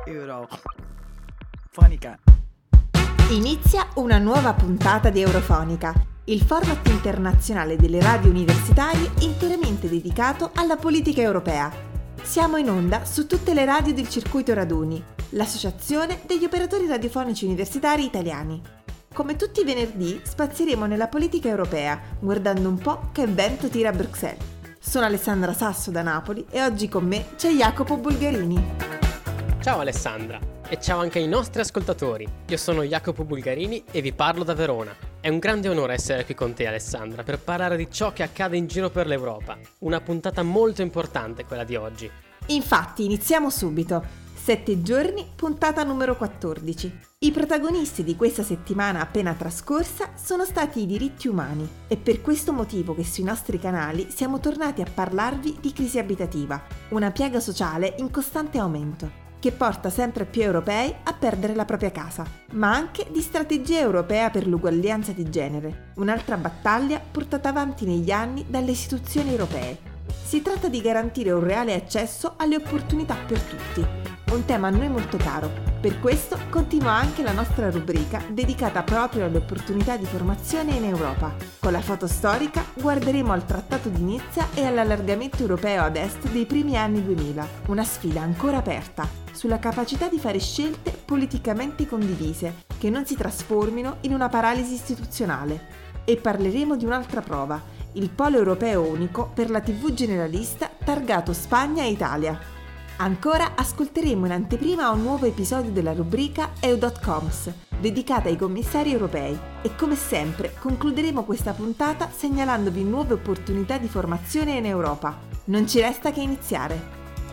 Eurofonica. Inizia una nuova puntata di Eurofonica, il format internazionale delle radio universitarie interamente dedicato alla politica europea. Siamo in onda su tutte le radio del Circuito Raduni, l'associazione degli operatori radiofonici universitari italiani. Come tutti i venerdì spazieremo nella politica europea, guardando un po' che vento tira a Bruxelles. Sono Alessandra Sasso da Napoli e oggi con me c'è Jacopo Bulgarini. Ciao Alessandra e ciao anche ai nostri ascoltatori. Io sono Jacopo Bulgarini e vi parlo da Verona. È un grande onore essere qui con te Alessandra per parlare di ciò che accade in giro per l'Europa. Una puntata molto importante quella di oggi. Infatti iniziamo subito. 7 giorni, puntata numero 14. I protagonisti di questa settimana appena trascorsa sono stati i diritti umani. È per questo motivo che sui nostri canali siamo tornati a parlarvi di crisi abitativa, una piaga sociale in costante aumento, che porta sempre più europei a perdere la propria casa, ma anche di strategia europea per l'uguaglianza di genere, un'altra battaglia portata avanti negli anni dalle istituzioni europee. Si tratta di garantire un reale accesso alle opportunità per tutti, un tema a noi molto caro. Per questo continua anche la nostra rubrica dedicata proprio alle opportunità di formazione in Europa. Con la foto storica guarderemo al Trattato di Nizza e all'allargamento europeo ad est dei primi anni 2000, una sfida ancora aperta sulla capacità di fare scelte politicamente condivise che non si trasformino in una paralisi istituzionale. E parleremo di un'altra prova, il Polo Europeo Unico per la TV generalista targato Spagna e Italia. Ancora ascolteremo in anteprima un nuovo episodio della rubrica EU.coms, dedicata ai commissari europei, e come sempre concluderemo questa puntata segnalandovi nuove opportunità di formazione in Europa. Non ci resta che iniziare.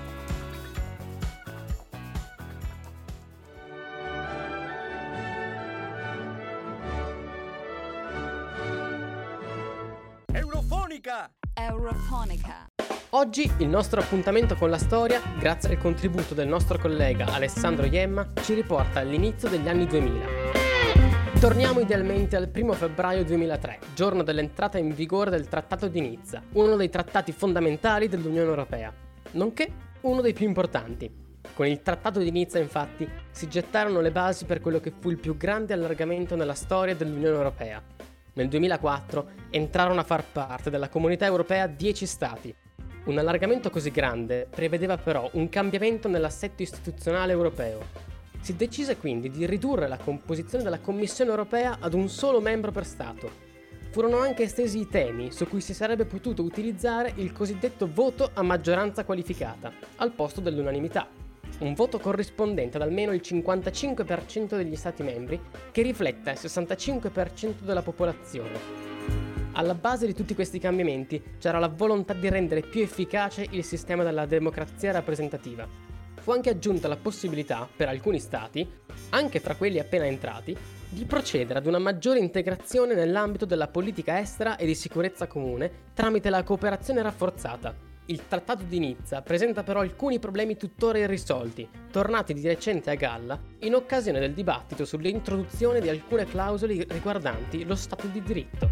Eurofonica. Oggi il nostro appuntamento con la storia, grazie al contributo del nostro collega Alessandro Iemma, ci riporta all'inizio degli anni 2000. Torniamo idealmente al 1 febbraio 2003, giorno dell'entrata in vigore del Trattato di Nizza, uno dei trattati fondamentali dell'Unione Europea, nonché uno dei più importanti. Con il Trattato di Nizza, infatti, si gettarono le basi per quello che fu il più grande allargamento nella storia dell'Unione Europea. Nel 2004 entrarono a far parte della Comunità Europea 10 Stati. Un allargamento così grande prevedeva però un cambiamento nell'assetto istituzionale europeo. Si decise quindi di ridurre la composizione della Commissione Europea ad un solo membro per Stato. Furono anche estesi i temi su cui si sarebbe potuto utilizzare il cosiddetto voto a maggioranza qualificata, al posto dell'unanimità. Un voto corrispondente ad almeno il 55% degli Stati membri, che rifletta il 65% della popolazione. Alla base di tutti questi cambiamenti c'era la volontà di rendere più efficace il sistema della democrazia rappresentativa. Fu anche aggiunta la possibilità, per alcuni Stati, anche fra quelli appena entrati, di procedere ad una maggiore integrazione nell'ambito della politica estera e di sicurezza comune tramite la cooperazione rafforzata. Il Trattato di Nizza presenta però alcuni problemi tuttora irrisolti, tornati di recente a galla in occasione del dibattito sull'introduzione di alcune clausole riguardanti lo Stato di diritto.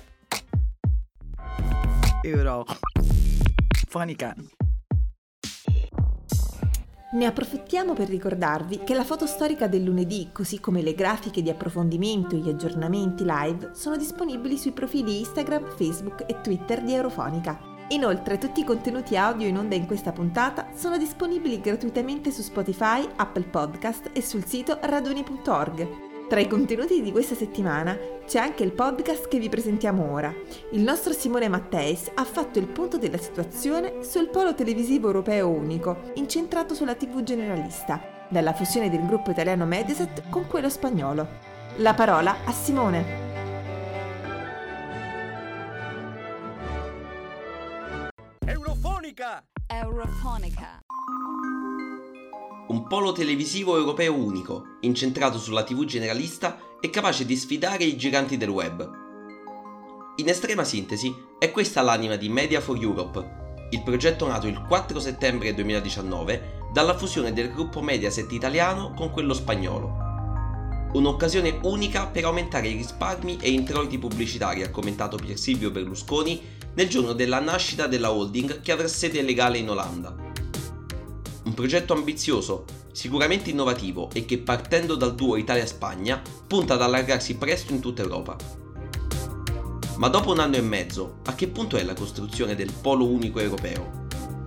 Eurofonica. Ne approfittiamo per ricordarvi che la foto storica del lunedì, così come le grafiche di approfondimento e gli aggiornamenti live, sono disponibili sui profili Instagram, Facebook e Twitter di Eurofonica. Inoltre tutti i contenuti audio in onda in questa puntata sono disponibili gratuitamente su Spotify, Apple Podcast e sul sito raduni.org. Tra i contenuti di questa settimana c'è anche il podcast che vi presentiamo ora. Il nostro Simone Matteis ha fatto il punto della situazione sul polo televisivo europeo unico, incentrato sulla TV generalista, dalla fusione del gruppo italiano Mediaset con quello spagnolo. La parola a Simone. Eurofonica. Un polo televisivo europeo unico, incentrato sulla TV generalista e capace di sfidare i giganti del web. In estrema sintesi, è questa l'anima di Media for Europe, il progetto nato il 4 settembre 2019 dalla fusione del gruppo Mediaset italiano con quello spagnolo. Un'occasione unica per aumentare i risparmi e introiti pubblicitari, ha commentato Pier Silvio Berlusconi nel giorno della nascita della holding che avrà sede legale in Olanda. Un progetto ambizioso, sicuramente innovativo e che, partendo dal duo Italia-Spagna, punta ad allargarsi presto in tutta Europa. Ma dopo 1 anno e mezzo, a che punto è la costruzione del polo unico europeo?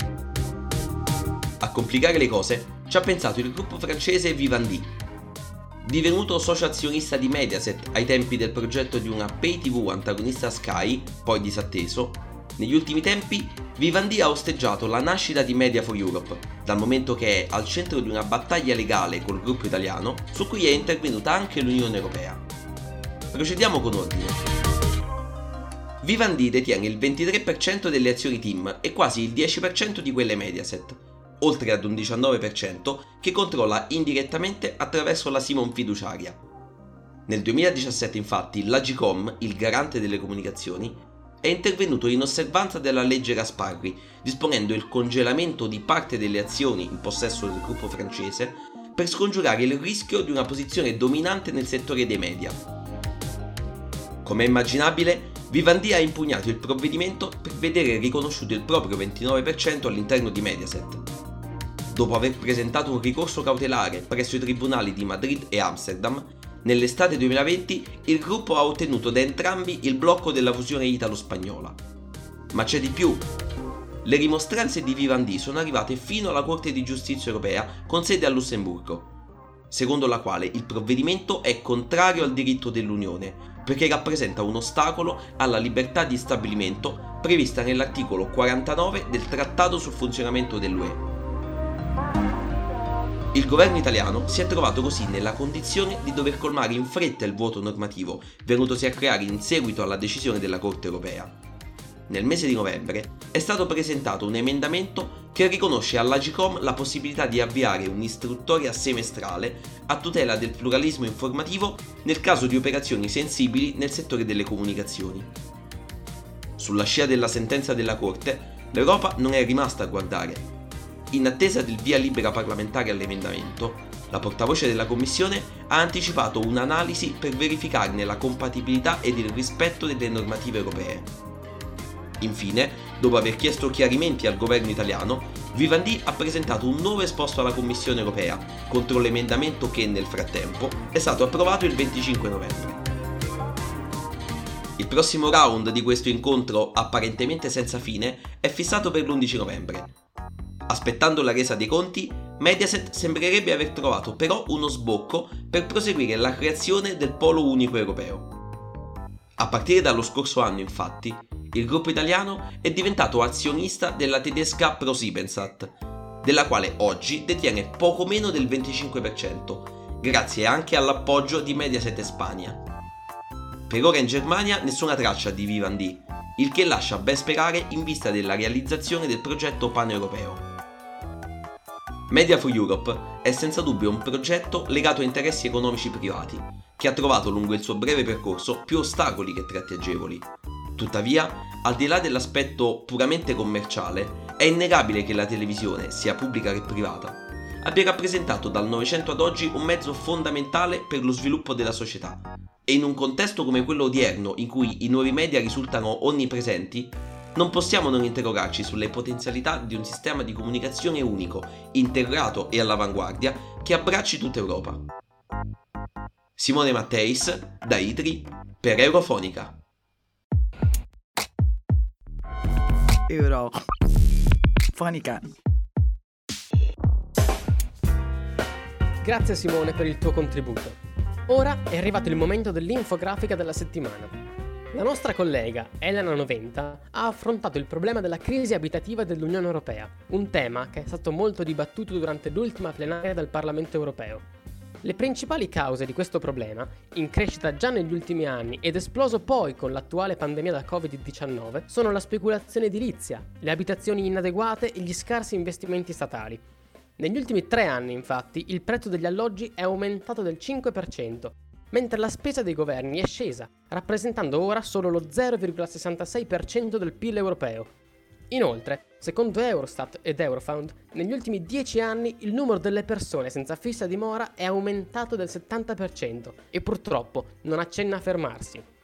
A complicare le cose ci ha pensato il gruppo francese Vivendi. Divenuto socio azionista di Mediaset ai tempi del progetto di una pay TV antagonista a Sky, poi disatteso, negli ultimi tempi Vivendi ha osteggiato la nascita di Media for Europe, dal momento che è al centro di una battaglia legale col gruppo italiano su cui è intervenuta anche l'Unione Europea. Procediamo con ordine. Vivendi detiene il 23% delle azioni TIM e quasi il 10% di quelle Mediaset, oltre ad un 19% che controlla indirettamente attraverso la Simon fiduciaria. Nel 2017 infatti l'Agcom, il garante delle comunicazioni, è intervenuto in osservanza della legge Gasparri, disponendo il congelamento di parte delle azioni in possesso del gruppo francese per scongiurare il rischio di una posizione dominante nel settore dei media. Come è immaginabile, Vivendi ha impugnato il provvedimento per vedere riconosciuto il proprio 29% all'interno di Mediaset. Dopo aver presentato un ricorso cautelare presso i tribunali di Madrid e Amsterdam, nell'estate 2020 il gruppo ha ottenuto da entrambi il blocco della fusione italo-spagnola. Ma c'è di più. Le rimostranze di Vivendi sono arrivate fino alla Corte di Giustizia Europea con sede a Lussemburgo, secondo la quale il provvedimento è contrario al diritto dell'Unione, perché rappresenta un ostacolo alla libertà di stabilimento prevista nell'articolo 49 del Trattato sul funzionamento dell'UE. Il governo italiano si è trovato così nella condizione di dover colmare in fretta il vuoto normativo venutosi a creare in seguito alla decisione della Corte europea. Nel mese di novembre è stato presentato un emendamento che riconosce all'Agcom la possibilità di avviare un'istruttoria semestrale a tutela del pluralismo informativo nel caso di operazioni sensibili nel settore delle comunicazioni. Sulla scia della sentenza della Corte, l'Europa non è rimasta a guardare. In attesa del via libera parlamentare all'emendamento, la portavoce della Commissione ha anticipato un'analisi per verificarne la compatibilità ed il rispetto delle normative europee. Infine, dopo aver chiesto chiarimenti al governo italiano, Vivendi ha presentato un nuovo esposto alla Commissione europea contro l'emendamento che, nel frattempo, è stato approvato il 25 novembre. Il prossimo round di questo incontro, apparentemente senza fine, è fissato per l'11 novembre. Aspettando la resa dei conti, Mediaset sembrerebbe aver trovato però uno sbocco per proseguire la creazione del polo unico europeo. A partire dallo scorso anno, infatti, il gruppo italiano è diventato azionista della tedesca ProSiebenSat, della quale oggi detiene poco meno del 25%, grazie anche all'appoggio di Mediaset Spagna. Per ora in Germania nessuna traccia di Vivendi, il che lascia ben sperare in vista della realizzazione del progetto paneuropeo. Media for Europe è senza dubbio un progetto legato a interessi economici privati, che ha trovato lungo il suo breve percorso più ostacoli che tratti agevoli. Tuttavia, al di là dell'aspetto puramente commerciale, è innegabile che la televisione, sia pubblica che privata, abbia rappresentato dal Novecento ad oggi un mezzo fondamentale per lo sviluppo della società. E in un contesto come quello odierno, in cui i nuovi media risultano onnipresenti, non possiamo non interrogarci sulle potenzialità di un sistema di comunicazione unico, integrato e all'avanguardia, che abbracci tutta Europa. Simone Matteis, da ITRI, per Eurofonica. Eurofonica. Grazie Simone per il tuo contributo. Ora è arrivato il momento dell'infografica della settimana. La nostra collega Elena Noventa ha affrontato il problema della crisi abitativa dell'Unione Europea, un tema che è stato molto dibattuto durante l'ultima plenaria del Parlamento Europeo. Le principali cause di questo problema, in crescita già negli ultimi anni ed esploso poi con l'attuale pandemia da Covid-19, sono la speculazione edilizia, le abitazioni inadeguate e gli scarsi investimenti statali. Negli ultimi 3 anni, infatti, il prezzo degli alloggi è aumentato del 5%, mentre la spesa dei governi è scesa, rappresentando ora solo lo 0,66% del PIL europeo. Inoltre, secondo Eurostat ed Eurofound, negli ultimi 10 anni il numero delle persone senza fissa dimora è aumentato del 70% e purtroppo non accenna a fermarsi.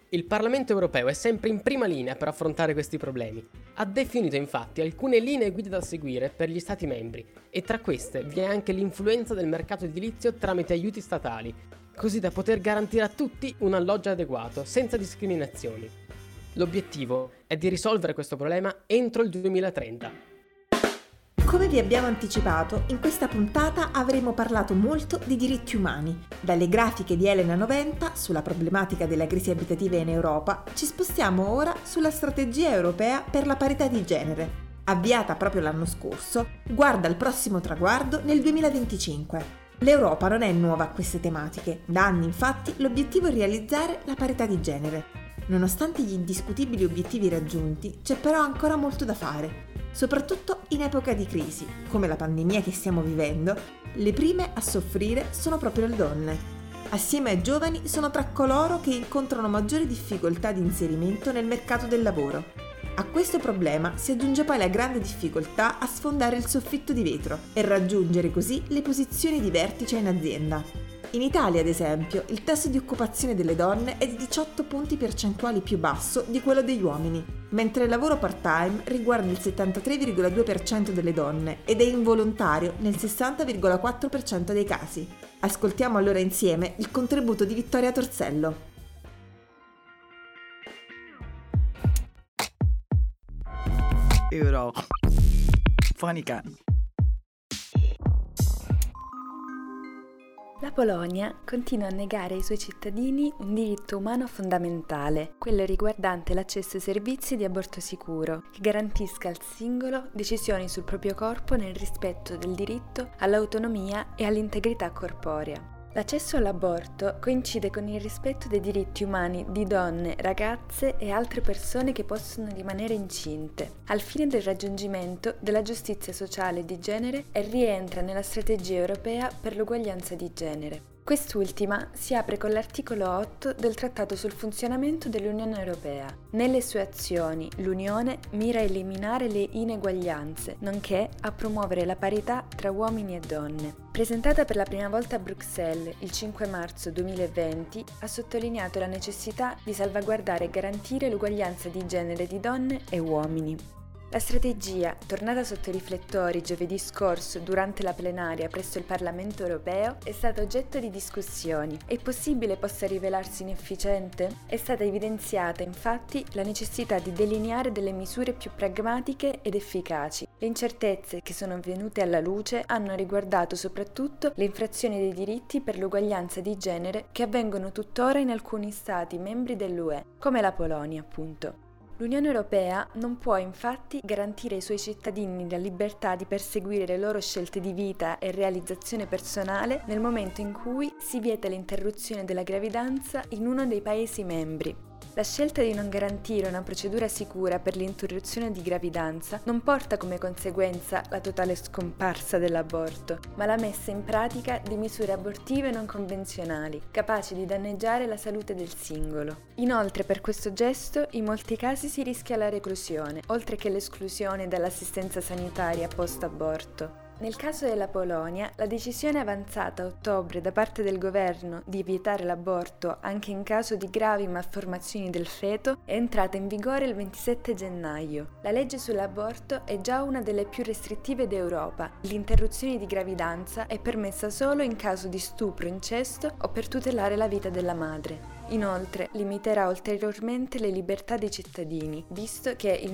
Il Parlamento europeo è sempre in prima linea per affrontare questi problemi. Ha definito infatti alcune linee guida da seguire per gli Stati membri e tra queste vi è anche l'influenza del mercato edilizio tramite aiuti statali, così da poter garantire a tutti un alloggio adeguato, senza discriminazioni. L'obiettivo è di risolvere questo problema entro il 2030. Come vi abbiamo anticipato, in questa puntata avremo parlato molto di diritti umani. Dalle grafiche di Elena Noventa sulla problematica della crisi abitativa in Europa, ci spostiamo ora sulla strategia europea per la parità di genere. Avviata proprio l'anno scorso, guarda al prossimo traguardo nel 2025. L'Europa non è nuova a queste tematiche. Da anni, infatti, l'obiettivo è realizzare la parità di genere. Nonostante gli indiscutibili obiettivi raggiunti, c'è però ancora molto da fare. Soprattutto in epoca di crisi, come la pandemia che stiamo vivendo, le prime a soffrire sono proprio le donne. Assieme ai giovani sono tra coloro che incontrano maggiori difficoltà di inserimento nel mercato del lavoro. A questo problema si aggiunge poi la grande difficoltà a sfondare il soffitto di vetro e raggiungere così le posizioni di vertice in azienda. In Italia, ad esempio, il tasso di occupazione delle donne è di 18 punti percentuali più basso di quello degli uomini, mentre il lavoro part-time riguarda il 73,2% delle donne ed è involontario nel 60,4% dei casi. Ascoltiamo allora insieme il contributo di Vittoria Torsello. Eurofonican. La Polonia continua a negare ai suoi cittadini un diritto umano fondamentale, quello riguardante l'accesso ai servizi di aborto sicuro, che garantisca al singolo decisioni sul proprio corpo nel rispetto del diritto all'autonomia e all'integrità corporea. L'accesso all'aborto coincide con il rispetto dei diritti umani di donne, ragazze e altre persone che possono rimanere incinte, al fine del raggiungimento della giustizia sociale di genere e rientra nella strategia europea per l'uguaglianza di genere. Quest'ultima si apre con l'articolo 8 del Trattato sul funzionamento dell'Unione Europea. Nelle sue azioni, l'Unione mira a eliminare le ineguaglianze, nonché a promuovere la parità tra uomini e donne. Presentata per la prima volta a Bruxelles il 5 marzo 2020, ha sottolineato la necessità di salvaguardare e garantire l'uguaglianza di genere di donne e uomini. La strategia, tornata sotto i riflettori giovedì scorso durante la plenaria presso il Parlamento europeo, è stata oggetto di discussioni. È possibile possa rivelarsi inefficiente? È stata evidenziata infatti la necessità di delineare delle misure più pragmatiche ed efficaci. Le incertezze che sono venute alla luce hanno riguardato soprattutto le infrazioni dei diritti per l'uguaglianza di genere che avvengono tuttora in alcuni Stati membri dell'UE, come la Polonia appunto. L'Unione Europea non può infatti garantire ai suoi cittadini la libertà di perseguire le loro scelte di vita e realizzazione personale nel momento in cui si vieta l'interruzione della gravidanza in uno dei Paesi membri. La scelta di non garantire una procedura sicura per l'interruzione di gravidanza non porta come conseguenza la totale scomparsa dell'aborto, ma la messa in pratica di misure abortive non convenzionali, capaci di danneggiare la salute del singolo. Inoltre, per questo gesto, in molti casi si rischia la reclusione, oltre che l'esclusione dall'assistenza sanitaria post-aborto. Nel caso della Polonia, la decisione avanzata a ottobre da parte del governo di vietare l'aborto anche in caso di gravi malformazioni del feto è entrata in vigore il 27 gennaio. La legge sull'aborto è già una delle più restrittive d'Europa. L'interruzione di gravidanza è permessa solo in caso di stupro, incesto o per tutelare la vita della madre. Inoltre, limiterà ulteriormente le libertà dei cittadini, visto che il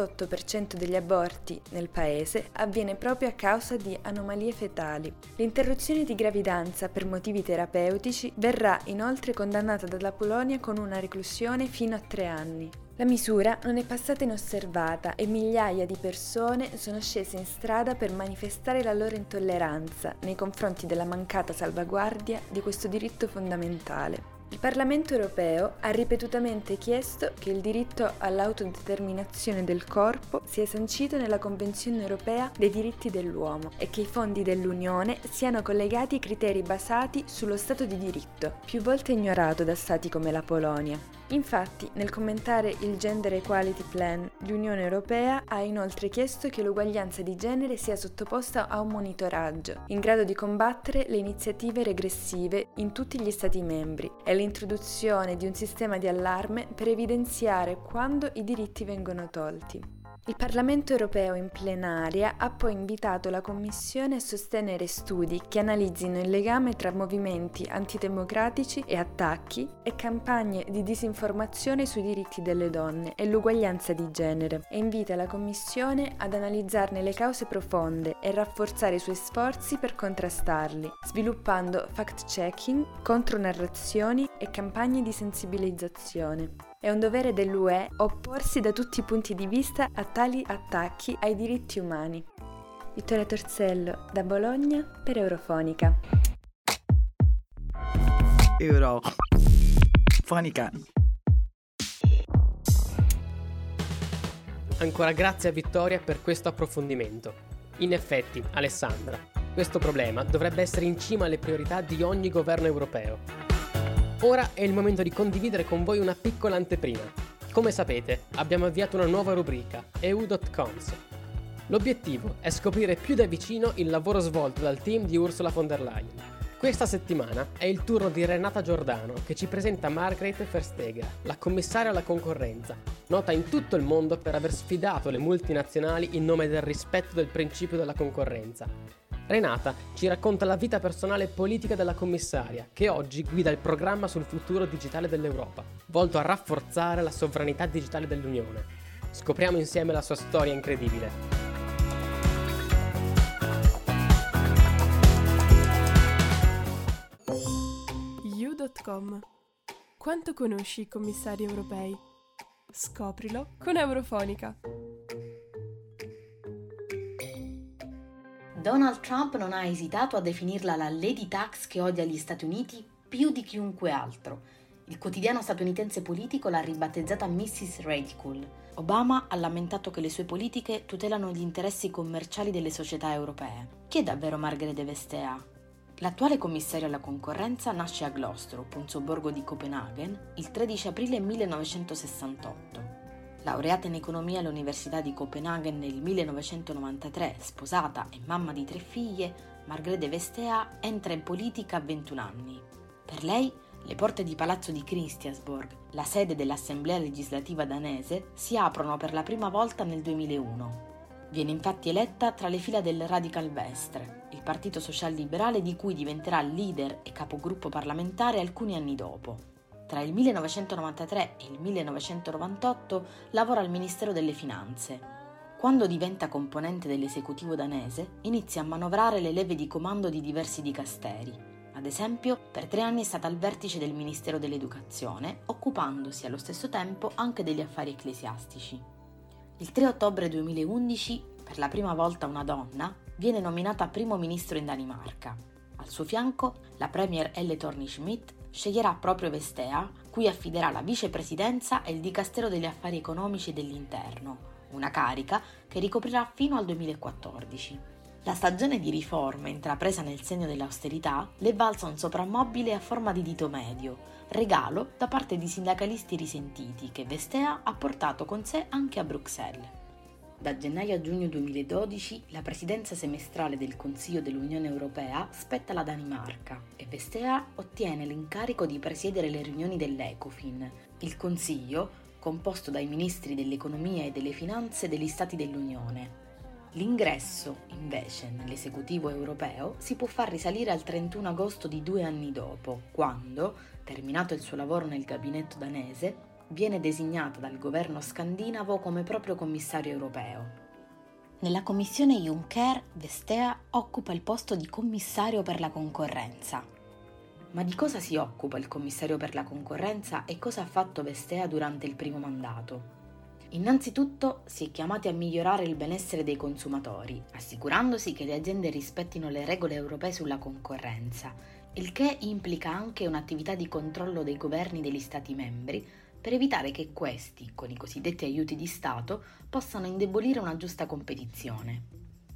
98% degli aborti nel paese avviene proprio a causa di anomalie fetali. L'interruzione di gravidanza per motivi terapeutici verrà inoltre condannata dalla Polonia con una reclusione fino a 3 anni. La misura non è passata inosservata e migliaia di persone sono scese in strada per manifestare la loro intolleranza nei confronti della mancata salvaguardia di questo diritto fondamentale. Il Parlamento europeo ha ripetutamente chiesto che il diritto all'autodeterminazione del corpo sia sancito nella Convenzione europea dei diritti dell'uomo e che i fondi dell'Unione siano collegati ai criteri basati sullo Stato di diritto, più volte ignorato da Stati come la Polonia. Infatti, nel commentare il Gender Equality Plan, l'Unione Europea ha inoltre chiesto che l'uguaglianza di genere sia sottoposta a un monitoraggio, in grado di combattere le iniziative regressive in tutti gli Stati membri e l'introduzione di un sistema di allarme per evidenziare quando i diritti vengono tolti. Il Parlamento europeo in plenaria ha poi invitato la Commissione a sostenere studi che analizzino il legame tra movimenti antidemocratici e attacchi e campagne di disinformazione sui diritti delle donne e l'uguaglianza di genere e invita la Commissione ad analizzarne le cause profonde e rafforzare i suoi sforzi per contrastarli, sviluppando fact-checking, contronarrazioni e campagne di sensibilizzazione. È un dovere dell'UE opporsi da tutti i punti di vista a tali attacchi ai diritti umani. Vittoria Torsello, da Bologna, per Eurofonica. Eurofonica. Ancora grazie a Vittoria per questo approfondimento. In effetti, Alessandra, questo problema dovrebbe essere in cima alle priorità di ogni governo europeo. Ora è il momento di condividere con voi una piccola anteprima. Come sapete, abbiamo avviato una nuova rubrica, EU.coms. L'obiettivo è scoprire più da vicino il lavoro svolto dal team di Ursula von der Leyen. Questa settimana è il turno di Renata Giordano che ci presenta Margrethe Vestager, la commissaria alla concorrenza, nota in tutto il mondo per aver sfidato le multinazionali in nome del rispetto del principio della concorrenza. Renata ci racconta la vita personale e politica della commissaria, che oggi guida il programma sul futuro digitale dell'Europa, volto a rafforzare la sovranità digitale dell'Unione. Scopriamo insieme la sua storia incredibile. EU.com. Quanto conosci i commissari europei? Scoprilo con Eurofonica. Donald Trump non ha esitato a definirla la Lady Tax che odia gli Stati Uniti più di chiunque altro. Il quotidiano statunitense Politico l'ha ribattezzata Mrs. Radical. Obama ha lamentato che le sue politiche tutelano gli interessi commerciali delle società europee. Chi è davvero Margrethe Vestager? L'attuale commissario alla concorrenza nasce a Glostrup, un sobborgo di Copenaghen, il 13 aprile 1968. Laureata in economia all'Università di Copenaghen nel 1993, sposata e mamma di 3 figlie, Margrethe Vestager entra in politica a 21 anni. Per lei, le porte di Palazzo di Christiansborg, la sede dell'Assemblea legislativa danese, si aprono per la prima volta nel 2001. Viene infatti eletta tra le fila del Radical Venstre, il partito social-liberale di cui diventerà leader e capogruppo parlamentare alcuni anni dopo. Tra il 1993 e il 1998 lavora al Ministero delle Finanze. Quando diventa componente dell'esecutivo danese, inizia a manovrare le leve di comando di diversi dicasteri. Ad esempio, per 3 anni è stata al vertice del Ministero dell'Educazione, occupandosi allo stesso tempo anche degli affari ecclesiastici. Il 3 ottobre 2011, per la prima volta una donna, viene nominata primo ministro in Danimarca. Al suo fianco, la premier Elle Thorning-Schmidt sceglierà proprio Vestager, cui affiderà la vicepresidenza e il dicastero degli affari economici e dell'interno, una carica che ricoprirà fino al 2014. La stagione di riforme intrapresa nel segno dell'austerità le valsa un soprammobile a forma di dito medio, regalo da parte di sindacalisti risentiti che Vestager ha portato con sé anche a Bruxelles. Da gennaio a giugno 2012 la presidenza semestrale del Consiglio dell'Unione Europea spetta alla Danimarca e Vestager ottiene l'incarico di presiedere le riunioni dell'Ecofin, il Consiglio composto dai ministri dell'economia e delle finanze degli Stati dell'Unione. L'ingresso, invece, nell'esecutivo europeo si può far risalire al 31 agosto di 2 anni dopo, quando, terminato il suo lavoro nel gabinetto danese, viene designata dal governo scandinavo come proprio commissario europeo. Nella commissione Juncker, Vestager occupa il posto di commissario per la concorrenza. Ma di cosa si occupa il commissario per la concorrenza e cosa ha fatto Vestager durante il primo mandato? Innanzitutto si è chiamati a migliorare il benessere dei consumatori, assicurandosi che le aziende rispettino le regole europee sulla concorrenza, il che implica anche un'attività di controllo dei governi degli Stati membri per evitare che questi, con i cosiddetti aiuti di Stato, possano indebolire una giusta competizione.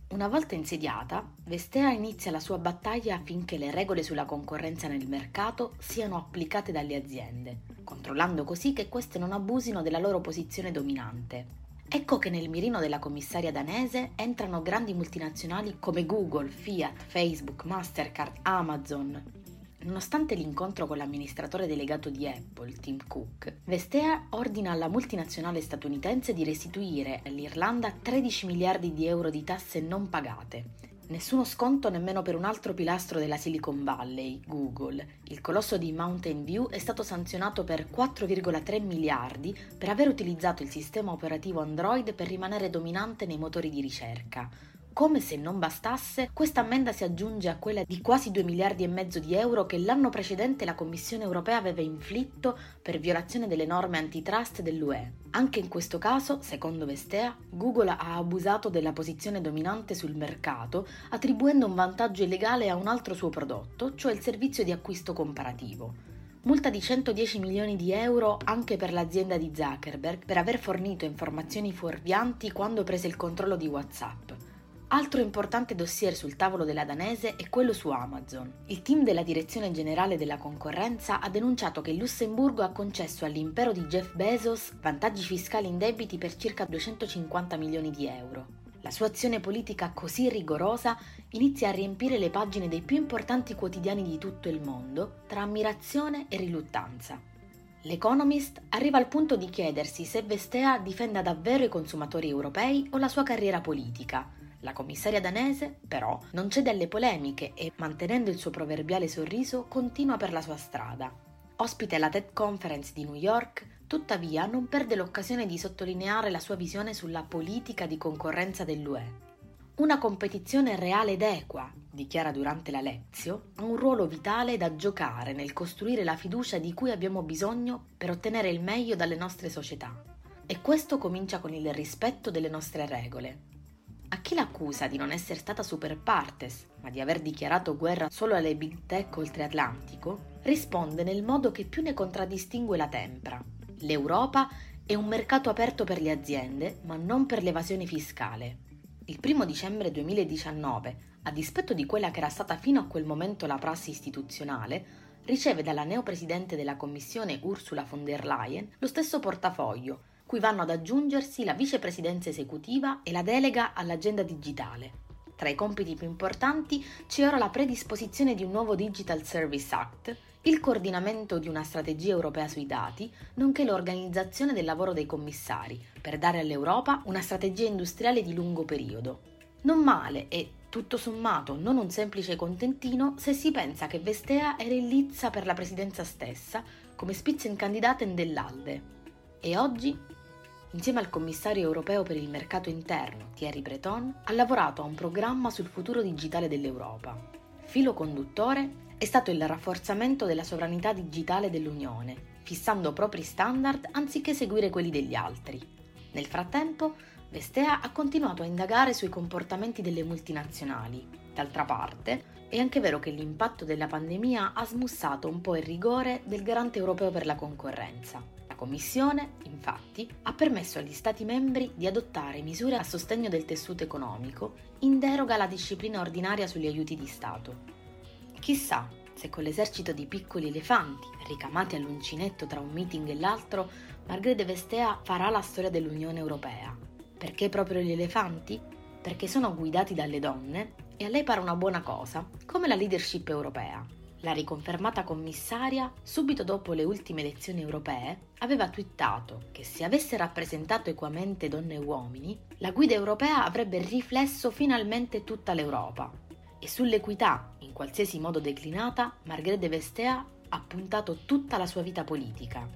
Una volta insediata, Vestea inizia la sua battaglia affinché le regole sulla concorrenza nel mercato siano applicate dalle aziende, controllando così che queste non abusino della loro posizione dominante. Ecco che nel mirino della commissaria danese entrano grandi multinazionali come Google, Fiat, Facebook, Mastercard, Amazon. Nonostante l'incontro con l'amministratore delegato di Apple, Tim Cook, Vestea ordina alla multinazionale statunitense di restituire all'Irlanda 13 miliardi di euro di tasse non pagate. Nessuno sconto nemmeno per un altro pilastro della Silicon Valley, Google. Il colosso di Mountain View è stato sanzionato per 4,3 miliardi per aver utilizzato il sistema operativo Android per rimanere dominante nei motori di ricerca. Come se non bastasse, questa ammenda si aggiunge a quella di quasi 2 miliardi e mezzo di euro che l'anno precedente la Commissione europea aveva inflitto per violazione delle norme antitrust dell'UE. Anche in questo caso, secondo Vestea, Google ha abusato della posizione dominante sul mercato, attribuendo un vantaggio illegale a un altro suo prodotto, cioè il servizio di acquisto comparativo. Multa di 110 milioni di euro anche per l'azienda di Zuckerberg per aver fornito informazioni fuorvianti quando prese il controllo di WhatsApp. Altro importante dossier sul tavolo della danese è quello su Amazon. Il team della Direzione Generale della Concorrenza ha denunciato che il Lussemburgo ha concesso all'impero di Jeff Bezos vantaggi fiscali indebiti per circa 250 milioni di euro. La sua azione politica così rigorosa inizia a riempire le pagine dei più importanti quotidiani di tutto il mondo, tra ammirazione e riluttanza. L'Economist arriva al punto di chiedersi se Vestea difenda davvero i consumatori europei o la sua carriera politica. La commissaria danese, però, non cede alle polemiche e, mantenendo il suo proverbiale sorriso, continua per la sua strada. Ospite alla TED Conference di New York, tuttavia non perde l'occasione di sottolineare la sua visione sulla politica di concorrenza dell'UE. Una competizione reale ed equa, dichiara durante la Lezio, ha un ruolo vitale da giocare nel costruire la fiducia di cui abbiamo bisogno per ottenere il meglio dalle nostre società. E questo comincia con il rispetto delle nostre regole. A chi l'accusa di non essere stata super partes, ma di aver dichiarato guerra solo alle big tech oltre Atlantico, risponde nel modo che più ne contraddistingue la tempra. L'Europa è un mercato aperto per le aziende, ma non per l'evasione fiscale. Il 1 dicembre 2019, a dispetto di quella che era stata fino a quel momento la prassi istituzionale, riceve dalla neopresidente della Commissione Ursula von der Leyen lo stesso portafoglio, cui vanno ad aggiungersi la vicepresidenza esecutiva e la delega all'agenda digitale. Tra i compiti più importanti c'è ora la predisposizione di un nuovo Digital Service Act, il coordinamento di una strategia europea sui dati, nonché l'organizzazione del lavoro dei commissari, per dare all'Europa una strategia industriale di lungo periodo. Non male e, tutto sommato, non un semplice contentino se si pensa che Vestea era in lizza per la presidenza stessa come Spitzenkandidatin dell'ALDE. E oggi, insieme al commissario europeo per il mercato interno, Thierry Breton, ha lavorato a un programma sul futuro digitale dell'Europa. Filo conduttore è stato il rafforzamento della sovranità digitale dell'Unione, fissando propri standard anziché seguire quelli degli altri. Nel frattempo, Vestea ha continuato a indagare sui comportamenti delle multinazionali. D'altra parte, è anche vero che l'impatto della pandemia ha smussato un po' il rigore del Garante europeo per la concorrenza. La Commissione, infatti, ha permesso agli Stati membri di adottare misure a sostegno del tessuto economico in deroga alla disciplina ordinaria sugli aiuti di Stato. Chissà se con l'esercito di piccoli elefanti ricamati all'uncinetto tra un meeting e l'altro, Margrethe Vestea farà la storia dell'Unione Europea. Perché proprio gli elefanti? Perché sono guidati dalle donne e a lei pare una buona cosa, come la leadership europea. La riconfermata commissaria, subito dopo le ultime elezioni europee, aveva twittato che se avesse rappresentato equamente donne e uomini, la guida europea avrebbe riflesso finalmente tutta l'Europa. E sull'equità, in qualsiasi modo declinata, Margrethe Vestea ha puntato tutta la sua vita politica.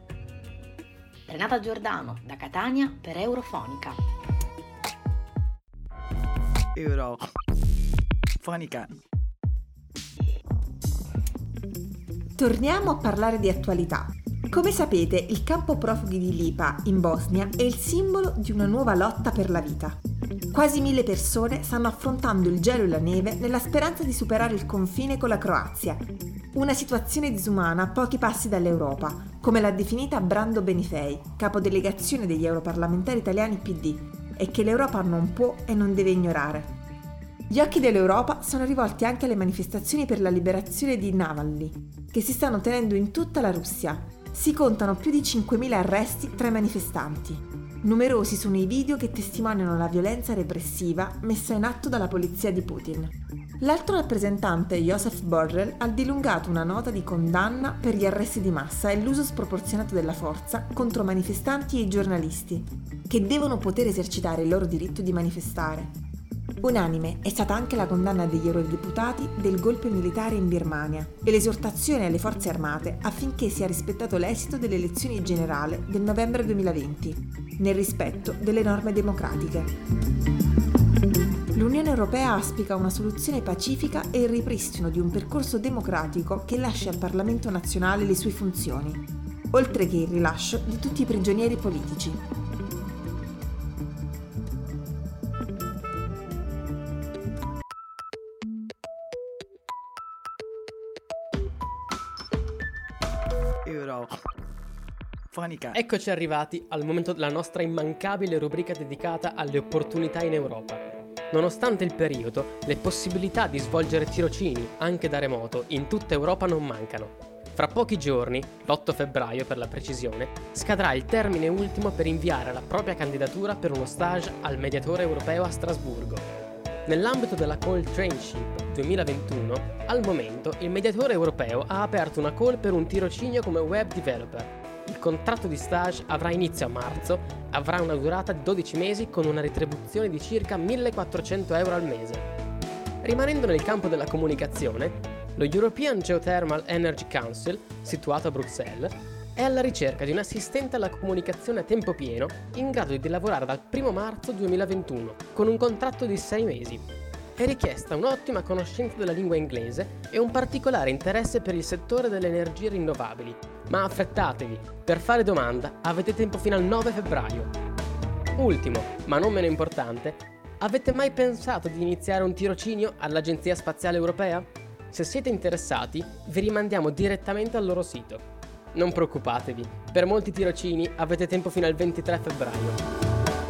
Renata Giordano, da Catania, per Eurofonica. Eurofonica. Torniamo a parlare di attualità. Come sapete, il campo profughi di Lipa, in Bosnia, è il simbolo di una nuova lotta per la vita. Quasi 1000 persone stanno affrontando il gelo e la neve nella speranza di superare il confine con la Croazia. Una situazione disumana a pochi passi dall'Europa, come l'ha definita Brando Benifei, capodelegazione degli europarlamentari italiani PD, e che l'Europa non può e non deve ignorare. Gli occhi dell'Europa sono rivolti anche alle manifestazioni per la liberazione di Navalny, che si stanno tenendo in tutta la Russia. Si contano più di 5.000 arresti tra i manifestanti. Numerosi sono i video che testimoniano la violenza repressiva messa in atto dalla polizia di Putin. L'alto rappresentante Josep Borrell ha dilungato una nota di condanna per gli arresti di massa e l'uso sproporzionato della forza contro manifestanti e giornalisti, che devono poter esercitare il loro diritto di manifestare. Unanime è stata anche la condanna degli eurodeputati del golpe militare in Birmania e l'esortazione alle forze armate affinché sia rispettato l'esito delle elezioni generali del novembre 2020, nel rispetto delle norme democratiche. L'Unione Europea auspica una soluzione pacifica e il ripristino di un percorso democratico che lasci al Parlamento nazionale le sue funzioni, oltre che il rilascio di tutti i prigionieri politici. Eurofonica. Eccoci arrivati al momento della nostra immancabile rubrica dedicata alle opportunità in Europa. Nonostante il periodo, le possibilità di svolgere tirocini, anche da remoto, in tutta Europa non mancano. Fra pochi giorni, l'8 febbraio per la precisione, scadrà il termine ultimo per inviare la propria candidatura per uno stage al mediatore europeo a Strasburgo. Nell'ambito della Call Trainship 2021, al momento il mediatore europeo ha aperto una call per un tirocinio come web developer. Il contratto di stage avrà inizio a marzo, avrà una durata di 12 mesi con una retribuzione di circa 1.400 euro al mese. Rimanendo nel campo della comunicazione, lo European Geothermal Energy Council, situato a Bruxelles, è alla ricerca di un assistente alla comunicazione a tempo pieno in grado di lavorare dal 1 marzo 2021 con un contratto di 6 mesi. È richiesta un'ottima conoscenza della lingua inglese e un particolare interesse per il settore delle energie rinnovabili. Ma affrettatevi, per fare domanda avete tempo fino al 9 febbraio. Ultimo, ma non meno importante, avete mai pensato di iniziare un tirocinio all'Agenzia Spaziale Europea? Se siete interessati, vi rimandiamo direttamente al loro sito. Non preoccupatevi, per molti tirocini avete tempo fino al 23 febbraio.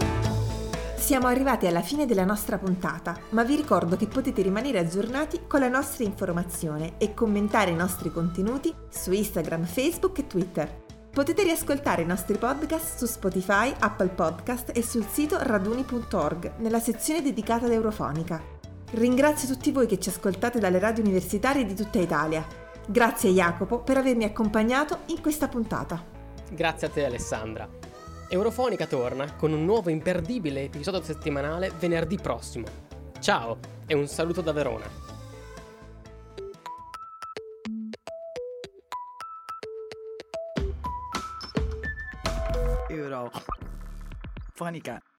Siamo arrivati alla fine della nostra puntata, ma vi ricordo che potete rimanere aggiornati con la nostra informazione e commentare i nostri contenuti su Instagram, Facebook e Twitter. Potete riascoltare i nostri podcast su Spotify, Apple Podcast e sul sito raduni.org nella sezione dedicata ad Eurofonica. Ringrazio tutti voi che ci ascoltate dalle radio universitarie di tutta Italia. Grazie Jacopo per avermi accompagnato in questa puntata. Grazie a te Alessandra. Eurofonica torna con un nuovo imperdibile episodio settimanale venerdì prossimo. Ciao e un saluto da Verona. Eurofonica.